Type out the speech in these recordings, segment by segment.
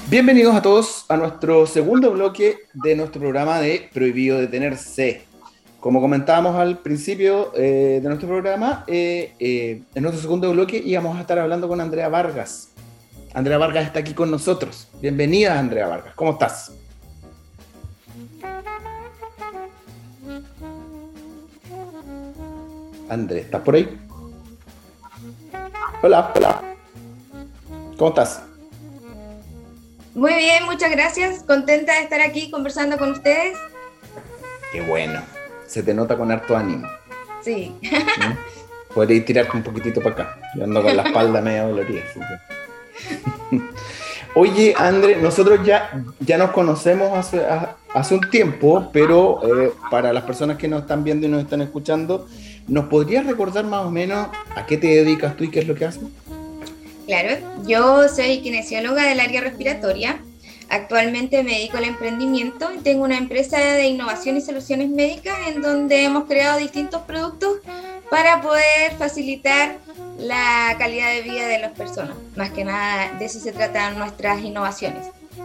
Bienvenidos a todos a nuestro segundo bloque de nuestro programa de Prohibido Detenerse. Como comentábamos al principio de nuestro programa, en nuestro segundo bloque íbamos a estar hablando con Andrea Vargas. Andrea Vargas está aquí con nosotros. Bienvenida, Andrea Vargas. ¿Cómo estás? Andrea, ¿estás por ahí? Hola, hola. ¿Cómo estás? Muy bien, muchas gracias. Contenta de estar aquí conversando con ustedes. Qué bueno. Se te nota con harto ánimo. Sí. Podrías tirarte un poquitito para acá. Yo ando con la espalda medio dolorida. Así que... Oye, André, nosotros ya nos conocemos hace un tiempo, pero para las personas que nos están viendo y nos están escuchando, ¿nos podrías recordar más o menos a qué te dedicas tú y qué es lo que haces? Claro, yo soy kinesióloga del área respiratoria. Actualmente me dedico al emprendimiento y tengo una empresa de innovación y soluciones médicas en donde hemos creado distintos productos para poder facilitar la calidad de vida de las personas. Más que nada, de eso se tratan nuestras innovaciones.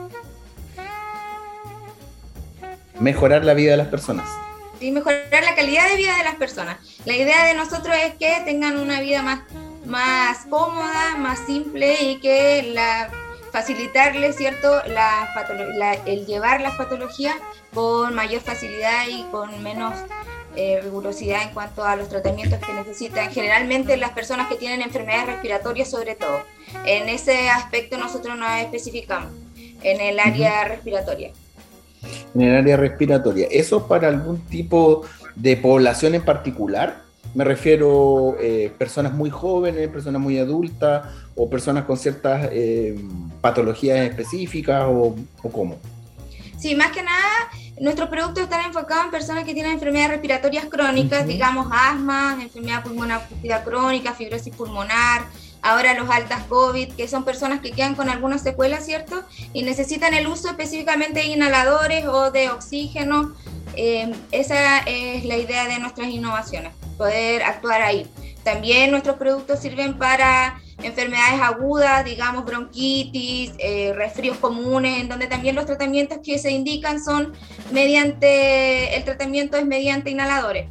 Mejorar la vida de las personas. Sí, mejorar la calidad de vida de las personas. La idea de nosotros es que tengan una vida más cómoda, más simple y que facilitarles, ¿cierto?, el llevar las patologías con mayor facilidad y con menos rigurosidad en cuanto a los tratamientos que necesitan. Generalmente las personas que tienen enfermedades respiratorias, sobre todo. En ese aspecto nosotros nos especificamos en el área respiratoria. En el área respiratoria. ¿Eso para algún tipo de población en particular? Me refiero personas muy jóvenes, personas muy adultas o personas con ciertas patologías específicas o cómo. Sí, más que nada, nuestros productos están enfocados en personas que tienen enfermedades respiratorias crónicas, digamos asma, enfermedad pulmonar obstructiva crónica, fibrosis pulmonar, ahora los altas COVID, que son personas que quedan con algunas secuelas, ¿cierto? Y necesitan el uso específicamente de inhaladores o de oxígeno. Esa es la idea de nuestras innovaciones, poder actuar ahí. También nuestros productos sirven para enfermedades agudas, digamos bronquitis, resfríos comunes, en donde también los tratamientos que se indican son el tratamiento es mediante inhaladores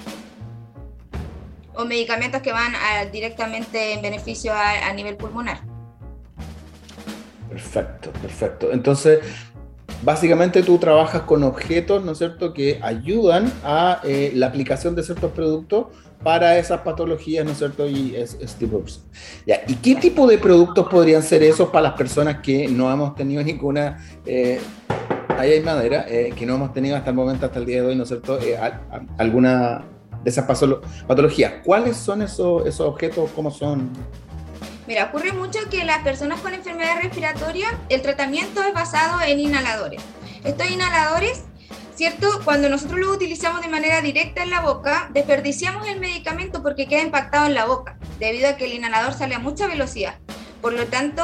o medicamentos que van directamente en beneficio a nivel pulmonar. Perfecto, perfecto. Entonces, básicamente tú trabajas con objetos, ¿no es cierto?, que ayudan a la aplicación de ciertos productos para esas patologías, ¿no es cierto?, y ese tipo de cosas. Ya, ¿y qué tipo de productos podrían ser esos para las personas que no hemos tenido ninguna, ahí hay madera, que no hemos tenido hasta el momento, hasta el día de hoy, ¿no es cierto?, alguna de esas patologías? ¿Cuáles son esos objetos? ¿Cómo son? Mira, ocurre mucho que las personas con enfermedades respiratorias, el tratamiento es basado en inhaladores. Estos inhaladores, ¿cierto?, cuando nosotros los utilizamos de manera directa en la boca, desperdiciamos el medicamento porque queda impactado en la boca, debido a que el inhalador sale a mucha velocidad. Por lo tanto,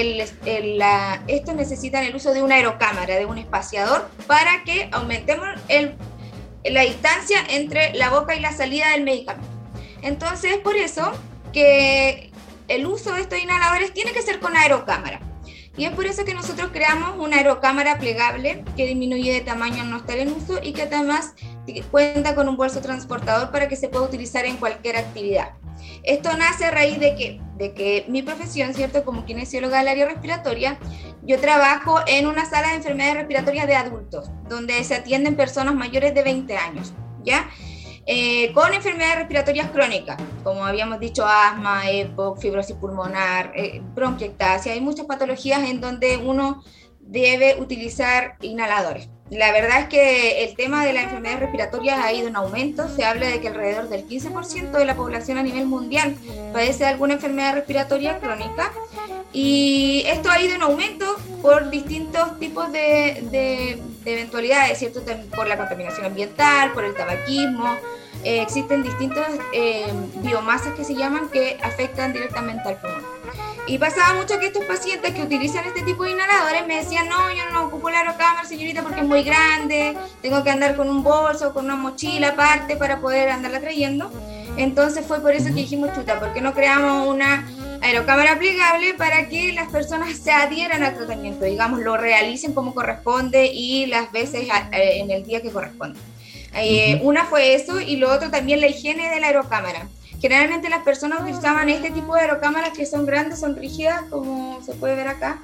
estos necesitan el uso de una aerocámara, de un espaciador, para que aumentemos la distancia entre la boca y la salida del medicamento. Entonces, es por eso que el uso de estos inhaladores tiene que ser con aerocámara. Y es por eso que nosotros creamos una aerocámara plegable que disminuye de tamaño al no estar en uso y que además cuenta con un bolso transportador para que se pueda utilizar en cualquier actividad. Esto nace a raíz de que mi profesión, ¿cierto?, como kinesióloga del área respiratoria, yo trabajo en una sala de enfermedades respiratorias de adultos, donde se atienden personas mayores de 20 años, ¿ya?, con enfermedades respiratorias crónicas, como habíamos dicho, asma, EPOC, fibrosis pulmonar, bronquiectasia. Hay muchas patologías en donde uno debe utilizar inhaladores. La verdad es que el tema de las enfermedades respiratorias ha ido en aumento. Se habla de que alrededor del 15% de la población a nivel mundial padece alguna enfermedad respiratoria crónica, y esto ha ido en aumento por distintos tipos de eventualidades, ¿cierto? Por la contaminación ambiental, por el tabaquismo. Existen distintas biomasas que se llaman, que afectan directamente al pulmón. Y pasaba mucho que estos pacientes que utilizan este tipo de inhaladores me decían: no, yo no ocupo la aerocámara, señorita, porque es muy grande, tengo que andar con un bolso, con una mochila aparte para poder andarla trayendo. Entonces fue por eso que dijimos: chuta, ¿por qué no creamos una aerocámara plegable para que las personas se adhieran al tratamiento, digamos, lo realicen como corresponde y las veces en el día que corresponde. Una fue eso, y lo otro también la higiene de la aerocámara. Generalmente las personas utilizaban este tipo de aerocámaras que son grandes, son rígidas, como se puede ver acá,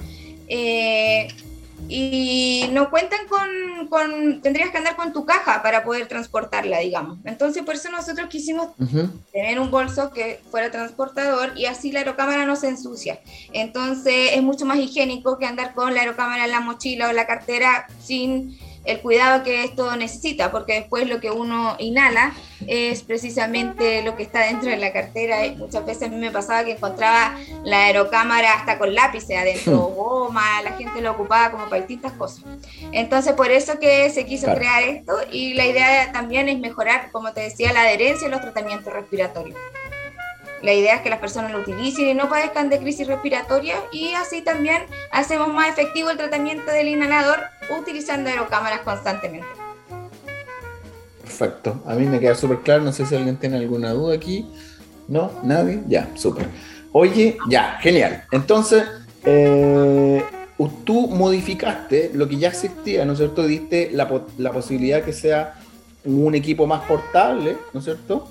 y no cuentan tendrías que andar con tu caja para poder transportarla, digamos. Entonces por eso nosotros quisimos tener un bolso que fuera transportador, y así la aerocámara no se ensucia. Entonces es mucho más higiénico que andar con la aerocámara en la mochila o en la cartera sin el cuidado que esto necesita, porque después lo que uno inhala es precisamente lo que está dentro de la cartera. Y muchas veces a mí me pasaba que encontraba la aerocámara hasta con lápices adentro, goma, la gente lo ocupaba como para distintas cosas. Entonces por eso que se quiso crear esto, y la idea también es mejorar, como te decía, la adherencia en los tratamientos respiratorios. La idea es que las personas lo utilicen y no padezcan de crisis respiratoria, y así también hacemos más efectivo el tratamiento del inhalador utilizando aerocámaras constantemente. Perfecto, a mí me queda súper claro, no sé si alguien tiene alguna duda aquí. ¿No? ¿Nadie? Ya, súper. Oye, ya, genial. Entonces, tú modificaste lo que ya existía, ¿no es cierto? Diste la posibilidad que sea un equipo más portable, ¿no es cierto?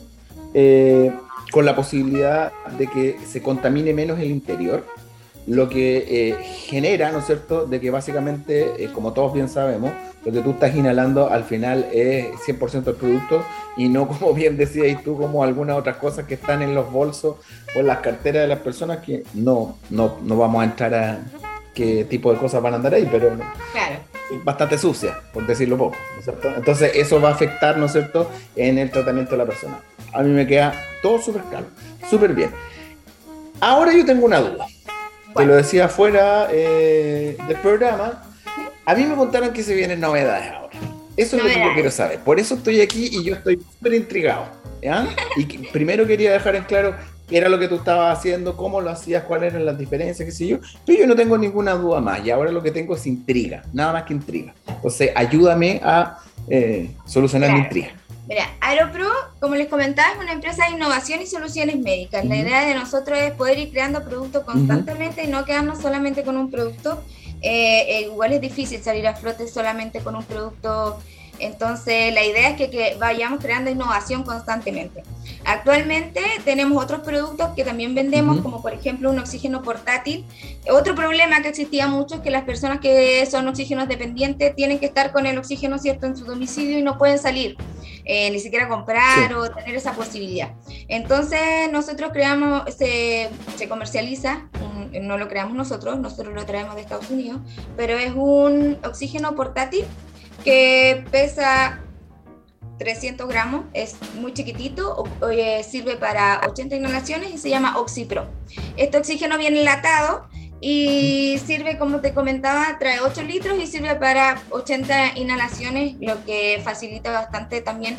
Con la posibilidad de que se contamine menos el interior, lo que genera, ¿no es cierto?, de que básicamente, como todos bien sabemos, lo que tú estás inhalando al final es 100% el producto, y no, como bien decías tú, como algunas otras cosas que están en los bolsos o en las carteras de las personas, que no vamos a entrar a qué tipo de cosas van a andar ahí, pero claro, bastante sucia, por decirlo poco, ¿no es cierto? Entonces eso va a afectar, ¿no es cierto?, en el tratamiento de la persona. A mí me queda todo súper claro, súper bien. Ahora yo tengo una duda. Te lo decía fuera del programa. A mí me contaron que se vienen novedades ahora. Eso es lo que yo quiero saber. Por eso estoy aquí y yo estoy súper intrigado, ¿ya? Y primero quería dejar en claro qué era lo que tú estabas haciendo, cómo lo hacías, cuáles eran las diferencias, qué sé yo. Pero yo no tengo ninguna duda más, y ahora lo que tengo es intriga, nada más que intriga. Entonces, ayúdame a solucionar mi intriga. Mira, Aeropro, como les comentaba, es una empresa de innovación y soluciones médicas. La idea de nosotros es poder ir creando productos constantemente y no quedarnos solamente con un producto. Igual es difícil salir a flote solamente con un producto. Entonces la idea es que vayamos creando innovación constantemente. Actualmente tenemos otros productos que también vendemos, como por ejemplo un oxígeno portátil. Otro problema que existía mucho es que las personas que son oxígenos dependientes tienen que estar con el oxígeno, ¿cierto?, en su domicilio, y no pueden salir, ni siquiera comprar o tener esa posibilidad. Entonces nosotros creamos, se comercializa, no lo creamos nosotros lo traemos de Estados Unidos, pero es un oxígeno portátil que pesa 300 gramos, es muy chiquitito, sirve para 80 inhalaciones y se llama OxyPro. Este oxígeno viene enlatado y sirve, como te comentaba, trae 8 litros y sirve para 80 inhalaciones, lo que facilita bastante también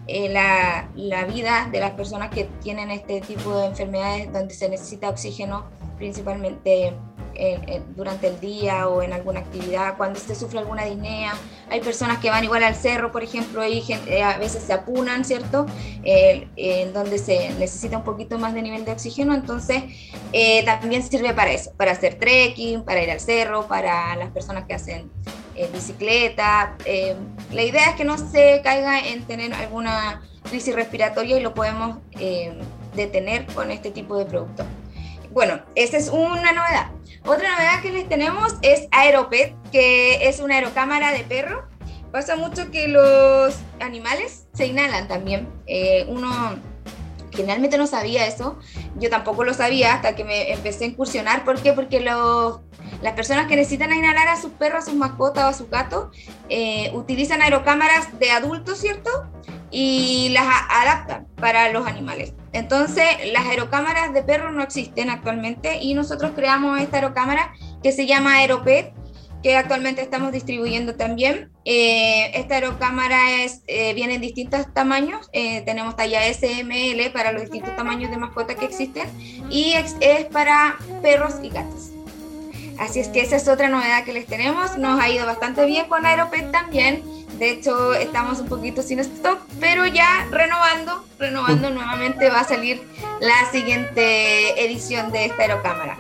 la vida de las personas que tienen este tipo de enfermedades donde se necesita oxígeno, principalmente durante el día o en alguna actividad, cuando se sufre alguna disnea. Hay personas que van igual al cerro, por ejemplo, y a veces se apunan, ¿cierto?, donde se necesita un poquito más de nivel de oxígeno. Entonces también sirve para eso, para hacer trekking, para ir al cerro, para las personas que hacen bicicleta. La idea es que no se caiga en tener alguna crisis respiratoria, y lo podemos detener con este tipo de productos. Bueno, esa es una novedad. Otra novedad que les tenemos es Aeropet, que es una aerocámara de perro. Pasa mucho que los animales se inhalan también. Uno generalmente no sabía eso. Yo tampoco lo sabía hasta que me empecé a incursionar. ¿Por qué? Porque las personas que necesitan inhalar a sus perros, a sus mascotas o a sus gatos, utilizan aerocámaras de adultos, ¿cierto?, y las adaptan para los animales. Entonces las aerocámaras de perros no existen actualmente, y nosotros creamos esta aerocámara que se llama Aeropet, que actualmente estamos distribuyendo también. Esta aerocámara viene en distintos tamaños. Tenemos talla SML para los distintos tamaños de mascotas que existen, y es para perros y gatos. Así es que esa es otra novedad que les tenemos. Nos ha ido bastante bien con Aeropet también. De hecho, estamos un poquito sin stock, pero ya renovando nuevamente va a salir la siguiente edición de esta aerocámara.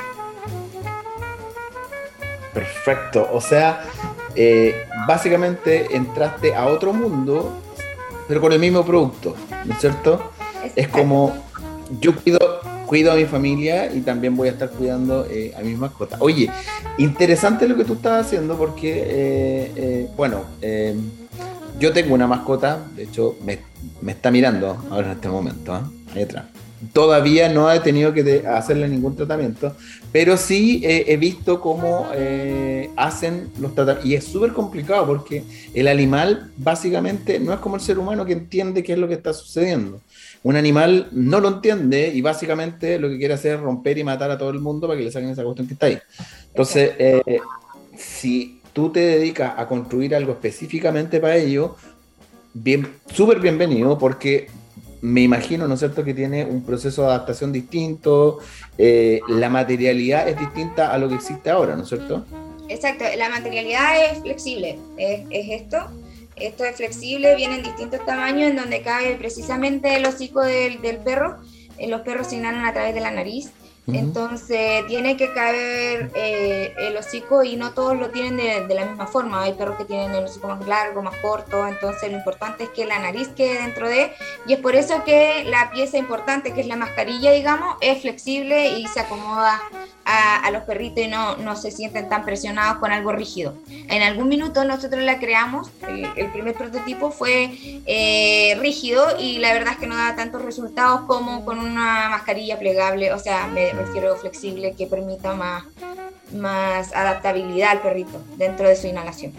Perfecto, o sea, básicamente entraste a otro mundo, pero con el mismo producto, ¿no es cierto? Es como, yo cuido a mi familia y también voy a estar cuidando a mis mascotas. Oye, interesante lo que tú estás haciendo porque, yo tengo una mascota, de hecho me está mirando ahora en este momento, ahí atrás. Todavía no he tenido que hacerle ningún tratamiento, pero sí he visto cómo hacen los tratamientos. Y es súper complicado porque el animal básicamente no es como el ser humano que entiende qué es lo que está sucediendo. Un animal no lo entiende y básicamente lo que quiere hacer es romper y matar a todo el mundo para que le saquen esa cuestión que está ahí. Entonces, si tú te dedicas a construir algo específicamente para ello, súper bienvenido, porque me imagino, ¿no es cierto?, que tiene un proceso de adaptación distinto, la materialidad es distinta a lo que existe ahora, ¿no es cierto? Exacto, la materialidad es flexible, es esto es flexible, viene en distintos tamaños en donde cabe precisamente el hocico del perro. Los perros se inhalan a través de la nariz. Entonces tiene que caber el hocico y no todos lo tienen de la misma forma. Hay perros que tienen el hocico más largo, más corto, entonces lo importante es que la nariz quede dentro de, y es por eso que la pieza importante, que es la mascarilla, digamos, es flexible y se acomoda a los perritos y no se sienten tan presionados con algo rígido. En algún minuto nosotros la creamos, el primer prototipo fue rígido y la verdad es que no da tantos resultados como con una mascarilla plegable, o sea, me refiero flexible, que permita más adaptabilidad al perrito dentro de su inhalación.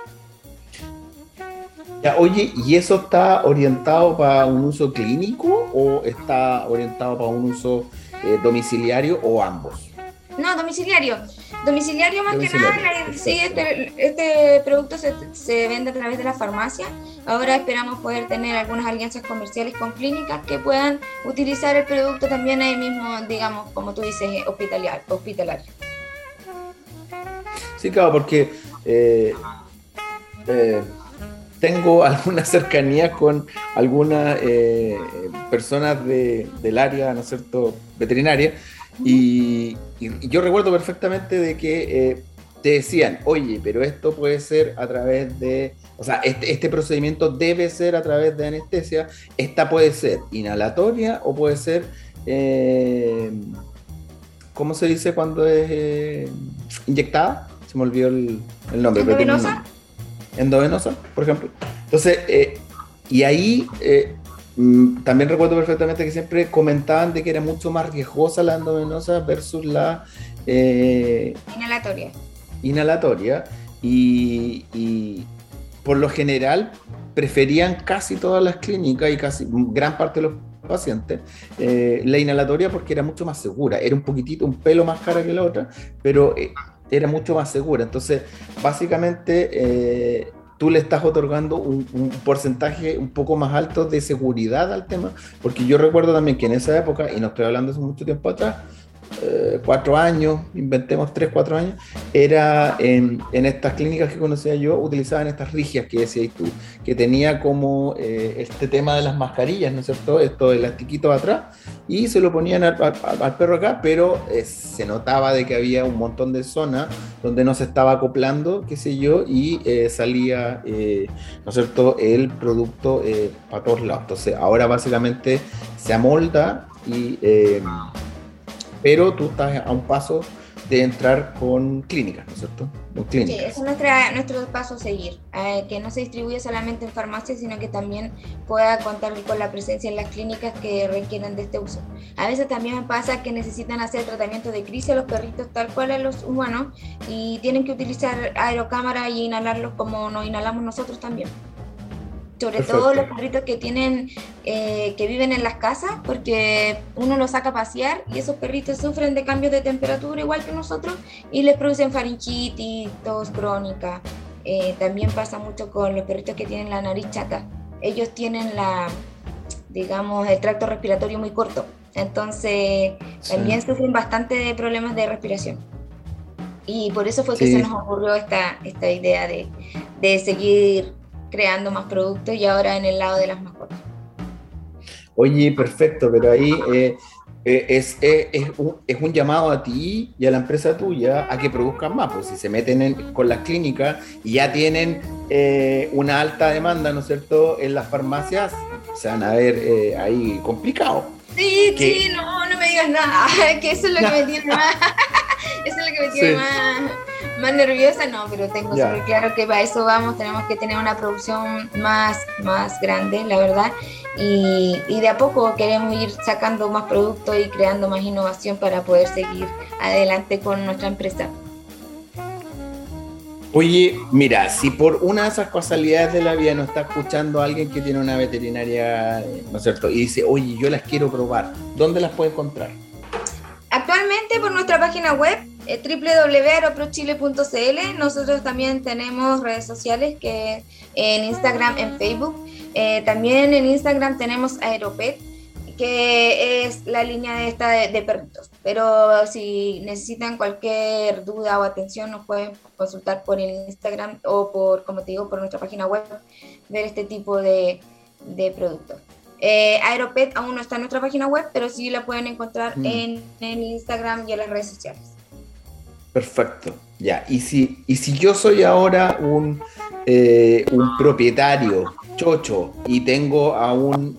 Ya, oye, ¿y eso está orientado para un uso clínico o está orientado para un uso domiciliario o ambos? No, domiciliario más que nada. Sí, este producto se vende a través de la farmacia. Ahora esperamos poder tener algunas alianzas comerciales con clínicas que puedan utilizar el producto también ahí mismo, digamos, como tú dices, hospitalario. Sí, claro, porque tengo alguna cercanía con algunas personas del área, ¿no es cierto?, veterinaria, y yo recuerdo perfectamente de que te decían, oye, pero esto puede ser a través de, o sea, este procedimiento debe ser a través de anestesia, esta puede ser inhalatoria o puede ser, ¿cómo se dice cuando es inyectada? Se me olvidó el nombre. ¿Endovenosa? Endovenosa, por ejemplo. Entonces, y ahí también recuerdo perfectamente que siempre comentaban de que era mucho más riesgosa la endovenosa versus la inhalatoria, y por lo general preferían casi todas las clínicas y casi gran parte de los pacientes la inhalatoria porque era mucho más segura, era un pelo más cara que la otra, pero era mucho más segura. Entonces básicamente tú le estás otorgando un porcentaje un poco más alto de seguridad al tema, porque yo recuerdo también que en esa época, y no estoy hablando hace mucho tiempo atrás, 4 años, inventemos 3, 4 años, era en estas clínicas que conocía yo, utilizaban estas rigias que decías tú, que tenía como este tema de las mascarillas, ¿no es cierto? Estos elastiquitos atrás, y se lo ponían al perro acá, pero se notaba de que había un montón de zonas donde no se estaba acoplando, qué sé yo, y salía, ¿no es cierto?, el producto para todos lados. Entonces ahora básicamente se amolda y pero tú estás a un paso de entrar con clínicas, ¿no es cierto? Sí, ese es nuestro paso a seguir, que no se distribuye solamente en farmacias, sino que también pueda contar con la presencia en las clínicas que requieran de este uso. A veces también me pasa que necesitan hacer tratamiento de crisis a los perritos tal cual a los humanos y tienen que utilizar aerocámara y inhalarlos como nos inhalamos nosotros también. Sobre Perfecto. todo los perritos que tienen, que viven en las casas, porque uno los saca a pasear y esos perritos sufren de cambios de temperatura igual que nosotros y les producen faringitis, tos crónica. También pasa mucho con los perritos que tienen la nariz chata. Ellos tienen el tracto respiratorio muy corto, entonces también sufren bastante de problemas de respiración. Y por eso fue que se nos ocurrió esta idea de seguir creando más productos y ahora en el lado de las mascotas. Oye, perfecto, pero ahí es un llamado a ti y a la empresa tuya a que produzcan más, pues si se meten con las clínicas y ya tienen una alta demanda, ¿no es cierto?, en las farmacias, se van a ver ahí complicados. Sí, sí, no me digas nada, que eso es lo que me tiene más, eso es lo que me tiene más nerviosa, no, pero tengo súper claro que para eso tenemos que tener una producción más grande, la verdad, y de a poco queremos ir sacando más productos y creando más innovación para poder seguir adelante con nuestra empresa. Oye, mira, si por una de esas casualidades de la vida nos está escuchando alguien que tiene una veterinaria, ¿no es cierto?, y dice, oye, yo las quiero probar, ¿dónde las puede encontrar? Actualmente por nuestra página web www.aeroprochile.cl. Nosotros también tenemos redes sociales, que en Instagram, en Facebook. También en Instagram tenemos Aeropet, que es la línea de perritos. Pero si necesitan cualquier duda o atención, nos pueden consultar por el Instagram o por nuestra página web, ver este tipo de productos. Aeropet aún no está en nuestra página web, pero sí la pueden encontrar en Instagram y en las redes sociales. Perfecto, ya. Y si yo soy ahora un propietario chocho y tengo a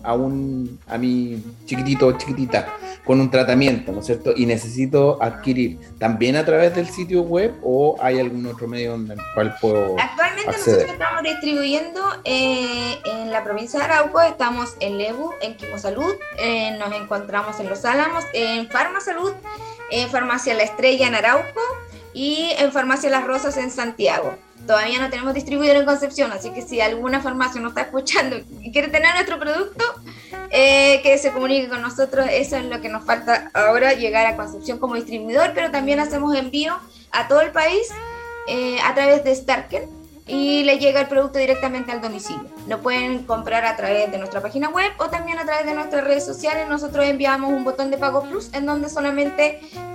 mi chiquitita con un tratamiento, ¿no es cierto?, y necesito adquirir, ¿también a través del sitio web o hay algún otro medio en el cual puedo Actualmente acceder? Nosotros estamos distribuyendo en la provincia de Arauco, estamos en Lebu, en Quimosalud, nos encontramos en Los Álamos, en Farmasalud, en Farmacia La Estrella en Arauco y en Farmacia Las Rosas en Santiago. Todavía no tenemos distribuidor en Concepción, así que si alguna farmacia nos está escuchando y quiere tener nuestro producto, que se comunique con nosotros. Eso es lo que nos falta ahora, llegar a Concepción como distribuidor, pero también hacemos envío a todo el país a través de Starken y le llega el producto directamente al domicilio. Lo pueden comprar a través de nuestra página web o también a través de nuestras redes sociales. Nosotros enviamos un botón de Pago Plus en donde solamente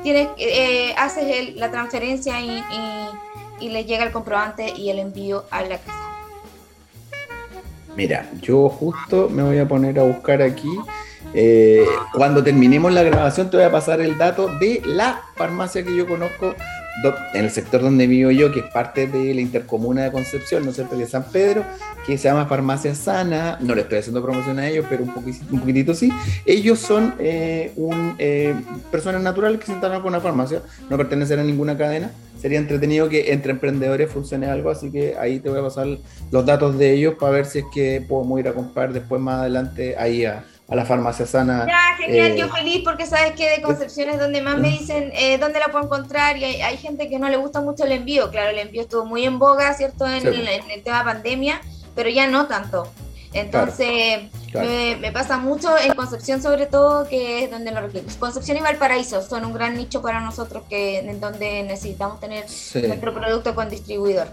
haces la transferencia y le llega el comprobante y el envío a la casa. Mira, yo justo me voy a poner a buscar aquí. Cuando terminemos la grabación te voy a pasar el dato de la farmacia que yo conozco en el sector donde vivo yo, que es parte de la intercomuna de Concepción, ¿no es cierto?, que es San Pedro, que se llama Farmacia Sana. No le estoy haciendo promoción a ellos, pero un poquitito sí. Ellos son personas naturales que se instalan con una farmacia, no pertenecen a ninguna cadena. Sería entretenido que entre emprendedores funcione algo, así que ahí te voy a pasar los datos de ellos para ver si es que podemos ir a comprar después más adelante ahí a la Farmacia Sana. Ya, genial, yo feliz porque sabes que de Concepción es donde más me dicen dónde la puedo encontrar, y hay gente que no le gusta mucho el envío. Claro, el envío estuvo muy en boga, ¿cierto?, en el tema pandemia, pero ya no tanto. Entonces, claro. Me pasa mucho en Concepción, sobre todo, que es donde lo requieres. Concepción y Valparaíso son un gran nicho para nosotros, en donde necesitamos tener nuestro producto con distribuidor.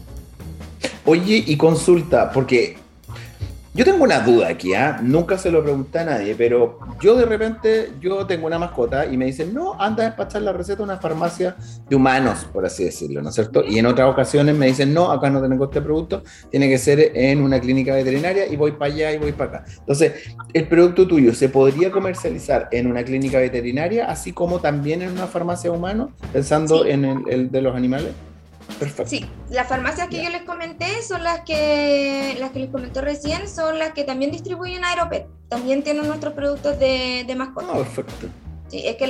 Oye, y consulta, porque yo tengo una duda aquí, nunca se lo pregunté a nadie, pero yo de repente, yo tengo una mascota y me dicen, no, anda a despachar la receta a una farmacia de humanos, por así decirlo, ¿no es cierto? Y en otras ocasiones me dicen, no, acá no tengo este producto, tiene que ser en una clínica veterinaria, y voy para allá y voy para acá. Entonces, ¿el producto tuyo se podría comercializar en una clínica veterinaria, así como también en una farmacia de humanos, pensando en el de los animales? Perfecto. Sí, las farmacias que yo les comenté son las que les comenté recién, son las que también distribuyen Aeropet. También tienen nuestros productos de mascotas. Ah, perfecto. Sí, es que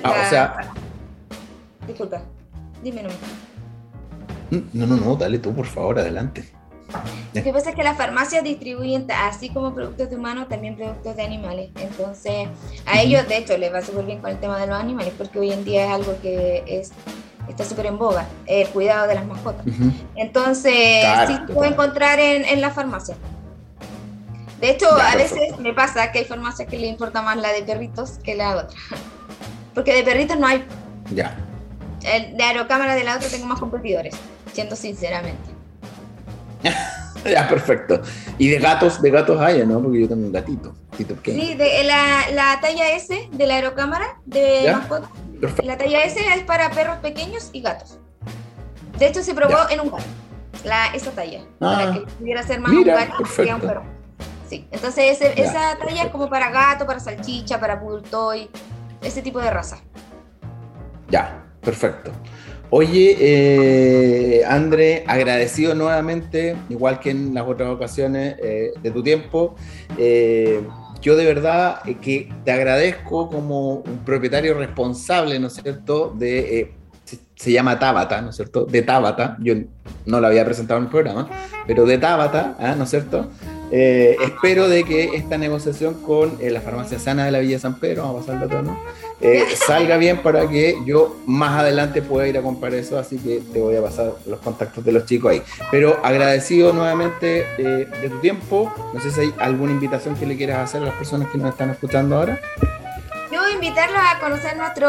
disculpa, dime nomás. No, dale tú, por favor, adelante. Lo que pasa es que las farmacias distribuyen, así como productos de humanos, también productos de animales. Entonces, a ellos, de hecho, les va súper bien con el tema de los animales, porque hoy en día es algo que está súper en boga, el cuidado de las mascotas. Entonces, claro, sí se puede encontrar en la farmacia. De hecho, a veces me pasa que hay farmacias que les importa más la de perritos que la otra. Porque de perritos no hay. Ya. De Aerocámara de la otra tengo más competidores, siendo sinceramente. Ya, perfecto. Y de gatos hay, ¿no? Porque yo tengo un gatito. Sí, de la talla S de la Aerocámara de mascotas. La talla S es para perros pequeños y gatos. De hecho, se probó en un gato. esa talla, para que pudiera ser más mira, un gato que sería un perro. Sí, entonces esa talla es como para gato, para salchicha, para poodle toy, ese tipo de raza. Ya, perfecto. Oye, André, agradecido nuevamente, igual que en las otras ocasiones, de tu tiempo. Yo de verdad que te agradezco como un propietario responsable, ¿no es cierto?, se llama Tabata, ¿no es cierto?, de Tabata. Yo no lo había presentado en el programa, pero de Tabata, ¿no es cierto? Espero de que esta negociación con la farmacia Sana de la Villa San Pedro, vamos a pasarlo todo, ¿no? Salga bien para que yo más adelante pueda ir a comprar eso, así que te voy a pasar los contactos de los chicos ahí. Pero agradecido nuevamente de tu tiempo. No sé si hay alguna invitación que le quieras hacer a las personas que nos están escuchando ahora. Yo invitarlos a conocer nuestro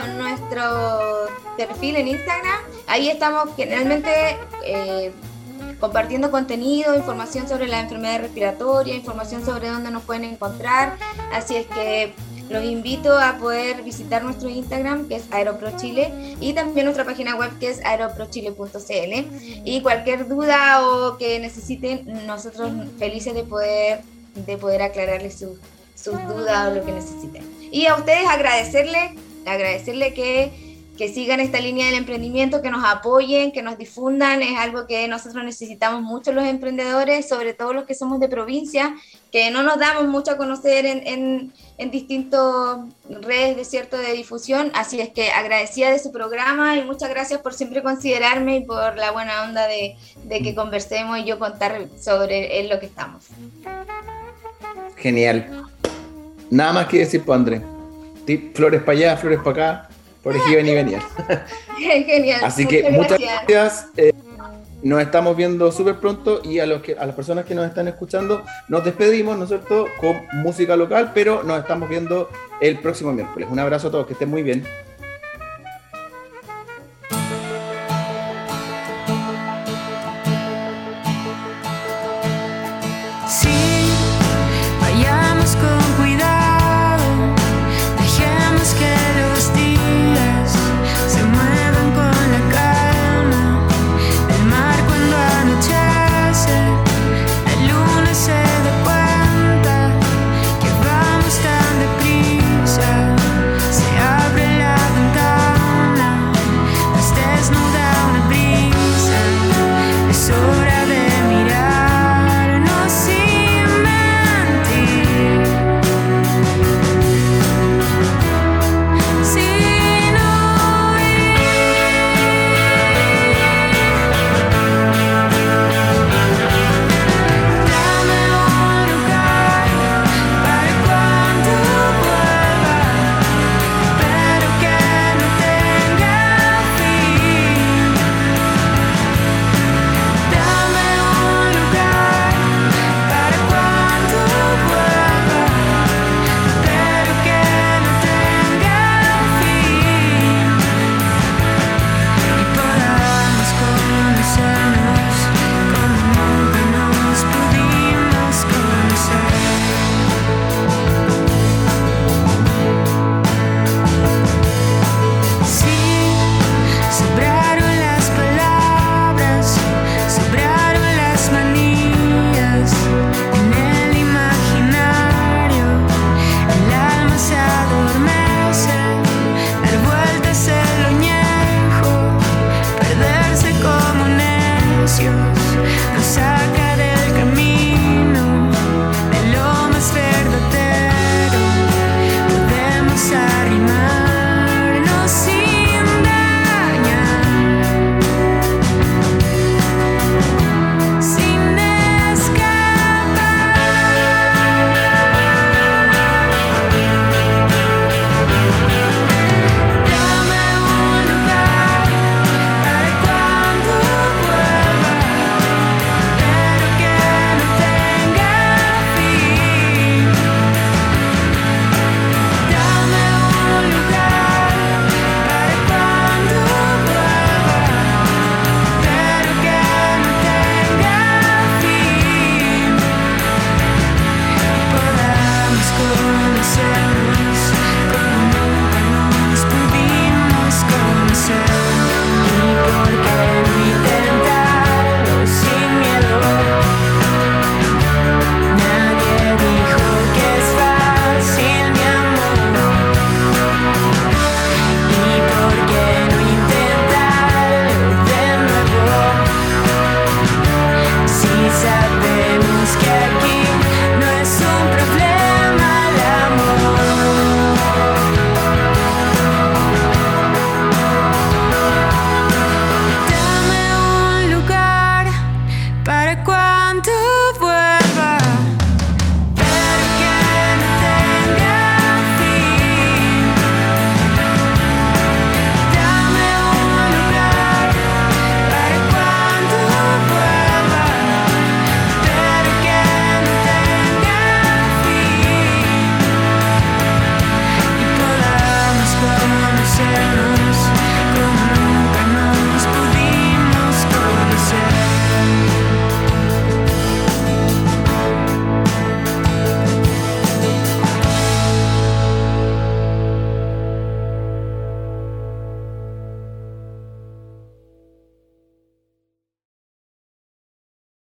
perfil en Instagram. Ahí estamos generalmente compartiendo contenido, información sobre la enfermedad respiratoria, información sobre dónde nos pueden encontrar. Así es que los invito a poder visitar nuestro Instagram, que es AeroProChile, y también nuestra página web, que es aeroprochile.cl. Y cualquier duda o que necesiten, nosotros felices de poder aclararles sus dudas o lo que necesiten. Y a ustedes agradecerle que sigan esta línea del emprendimiento, que nos apoyen, que nos difundan. Es algo que nosotros necesitamos mucho los emprendedores, sobre todo los que somos de provincia, que no nos damos mucho a conocer en distintas redes de difusión. Así es que agradecida de su programa y muchas gracias por siempre considerarme y por la buena onda de que conversemos y yo contar sobre en lo que estamos. Genial. Nada más que decir, pues, André. Flores para allá, flores para acá. Por aquí ven y venían. Genial. Así que muchas gracias. Nos estamos viendo súper pronto y a las personas que nos están escuchando nos despedimos, ¿no es cierto?, con música local, pero nos estamos viendo el próximo miércoles. Un abrazo a todos, que estén muy bien.